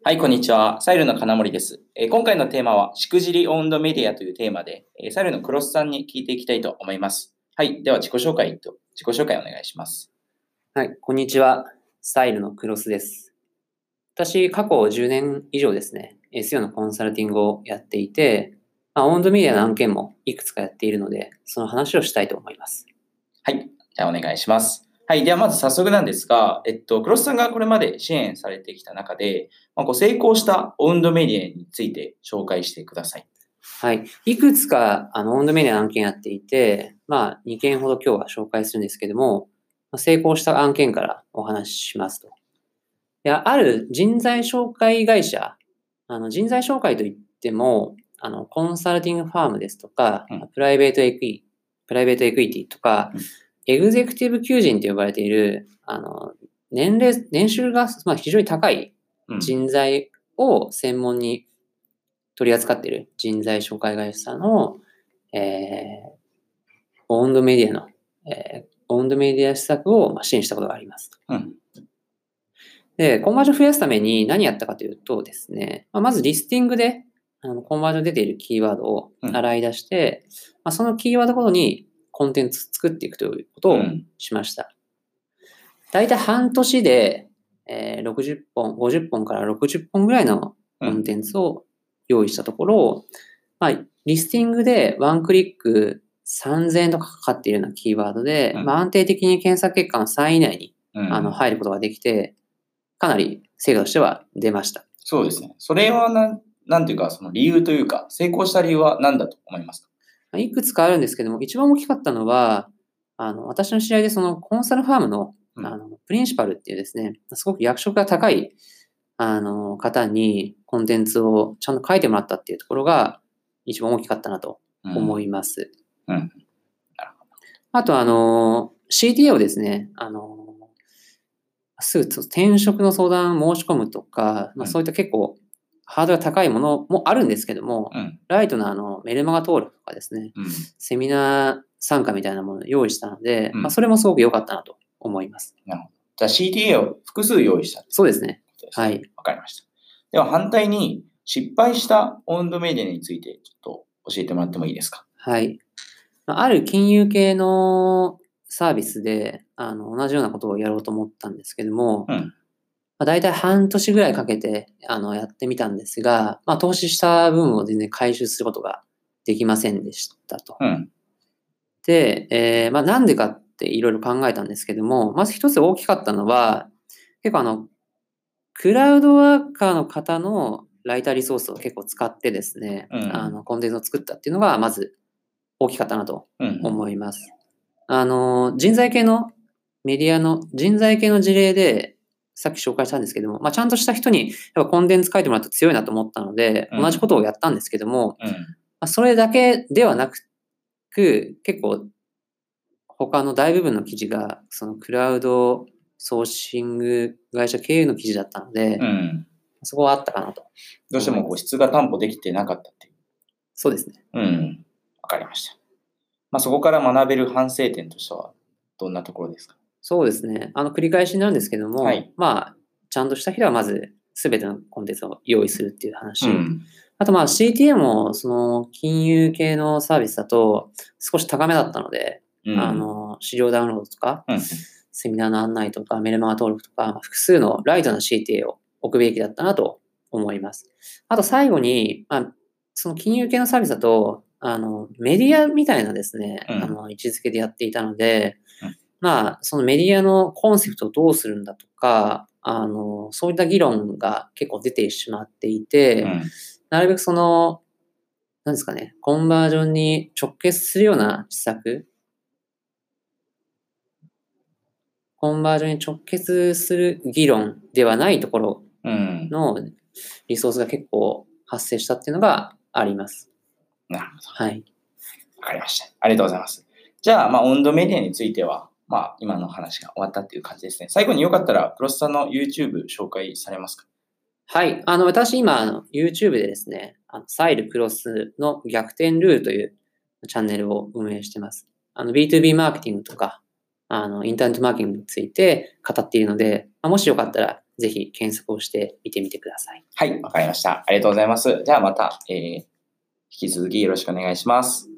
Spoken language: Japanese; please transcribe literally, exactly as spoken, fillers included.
はい、こんにちは。サイルの金森です。えー今回のテーマは、しくじりオウンドメディアというテーマで、えーサイルのクロスさんに聞いていきたいと思います。はい、では自己紹介と、自己紹介お願いします。 はい、こんにちは。スタイルのクロスです。私、過去じゅうねん以上ですね、エスイーオー のコンサルティングをやっていて、まあ、オウンドメディアの案件もいくつかやっているので、その話をしたいと思います。 はい、じゃあお願いします。はい、ではまず早速なんですが、えっと、クロスさんがこれまで支援されてきた中で、まあ、こう成功したオウンドメディアについて紹介してください。 はい、いくつかあのオウンドメディアの案件やっていて、まあ、にけんほど今日は紹介するんですけども、まあ成功した案件からお話ししますと。いや、ある人材紹介会社、あの人材紹介といっても、あのコンサルティングファームですとか、 うんプライベートエクイ、プライベートエクイティとか、 うんエグゼクティブ求人と呼ばれている、あの年齢、年収が、まあ、非常に高いうん人材を専門に取り扱っている人材紹介会社の、えー、オウンドメディアの、えー、オウンドメディア施策をまあ支援したことがあります。 うんで、コンバージョン増やすために何やったかというとですね、まあ、まずリスティングであのコンバージョン出ているキーワードを洗い出して、まあ、そのキーワードごとにコンテンツ作っていくということをしました。だいたい半年で、えーろくじゅっぽん、ごじゅっぽんからろくじゅっぽんぐらいのコンテンツを用意したところ、まあ、リスティングでワンクリックさんぜんえんとかかかっているようなキーワードで、 うんまあ、安定的に検索結果のさんい以内にうんあの入ることができて、かなり成果としては出ました。 そうですね。それはなん、なんていうか、その理由というか、成功した理由は何だと思いますか？ いくつかあるんですけども、一番大きかったのは、あの、私の知り合いでそのコンサルファームの、 うんあの、プリンシパルっていうですね、すごく役職が高い、あの、方にコンテンツをちゃんと書いてもらったっていうところが一番大きかったなと思います。 うん。うんあと、あの、シーティーエー をですね、あの、すぐ転職の相談申し込むとか、まあ、そういった結構ハードルが高いものもあるんですけども、 うんライトなあのメルマガ登録とかですね、 うんセミナー参加みたいなものを用意したので、 うんまあ、それもすごく良かったなと思います。 なるほど。じゃあ シーティーエー を複数用意したそうですね。 ということですね。 はい。 わかりました。では反対に失敗したオウンドメディアについてちょっと教えてもらってもいいですか？ はい。まあある金融系のサービスであの同じようなことをやろうと思ったんですけども、 うん。 まあ、大体半年ぐらいかけてあのやってみたんですが、まあ、投資した分を全然回収することができませんでしたと。 うん。 で、えーまあ、なんでかっていろいろ考えたんですけども、まず一つ大きかったのは、結構あの、クラウドワーカーの方のライターリソースを結構使ってですね、 うん。 あの、コンテンツを作ったっていうのが、まず大きかったなとうん。 思います。あの、人材系のメディアの、人材系の事例で、さっき紹介したんですけども、まあ、ちゃんとした人にやっぱコンテンツ書いてもらうと強いなと思ったので、 うん同じことをやったんですけども、 うん。 まあ、それだけではなく、結構他の大部分の記事が、そのクラウドソーシング会社経由の記事だったので、 うん。 そこはあったかなと。 どうしてもこう質が担保できてなかったっていう。 そうですね。 うん。わかりました。まあそこから学べる反省点としてはどんなところですか？ そうですね。あの、繰り返しになるんですけども、 はいまあ、ちゃんとした人はまず、すべてのコンテンツを用意するっていう話。 うん。 あとまあ シーティーエー も、その、金融系のサービスだと、少し高めだったので、 うん。 あの、資料ダウンロードとか、 うん。 セミナーの案内とか、メルマガ登録とか、複数のライトな シーティーエー を置くべきだったなと思います。あと最後に、まあ、その金融系のサービスだと、あの、メディアみたいなですね、 うんあの、位置づけでやっていたので、 うんまあ、そのメディアのコンセプトをどうするんだとか、あの、そういった議論が結構出てしまっていて、 うんなるべくその、なんですかね、コンバージョンに直結するような施策、コンバージョンに直結する議論ではないところうん。 のリソースが結構発生したっていうのがあります。 なるほど。 はい。 わかりました。ありがとうございます。じゃあ、まあ、オウンドメディアについては、まあ、今の話が終わったっていう感じですね。最後によかったら、クロスさんの YouTube 紹介されますか？ はい。あの、私今、あの YouTube でですね、あのサイルクロスの逆転ルールというチャンネルを運営してます。あの ビーツービー マーケティングとか、あの、インターネットマーケティングについて語っているので、まあもしよかったら、 ぜひ検索をしてみてみてください。 はい、わかりました。ありがとうございます。じゃあまた、えー、引き続きよろしくお願いします。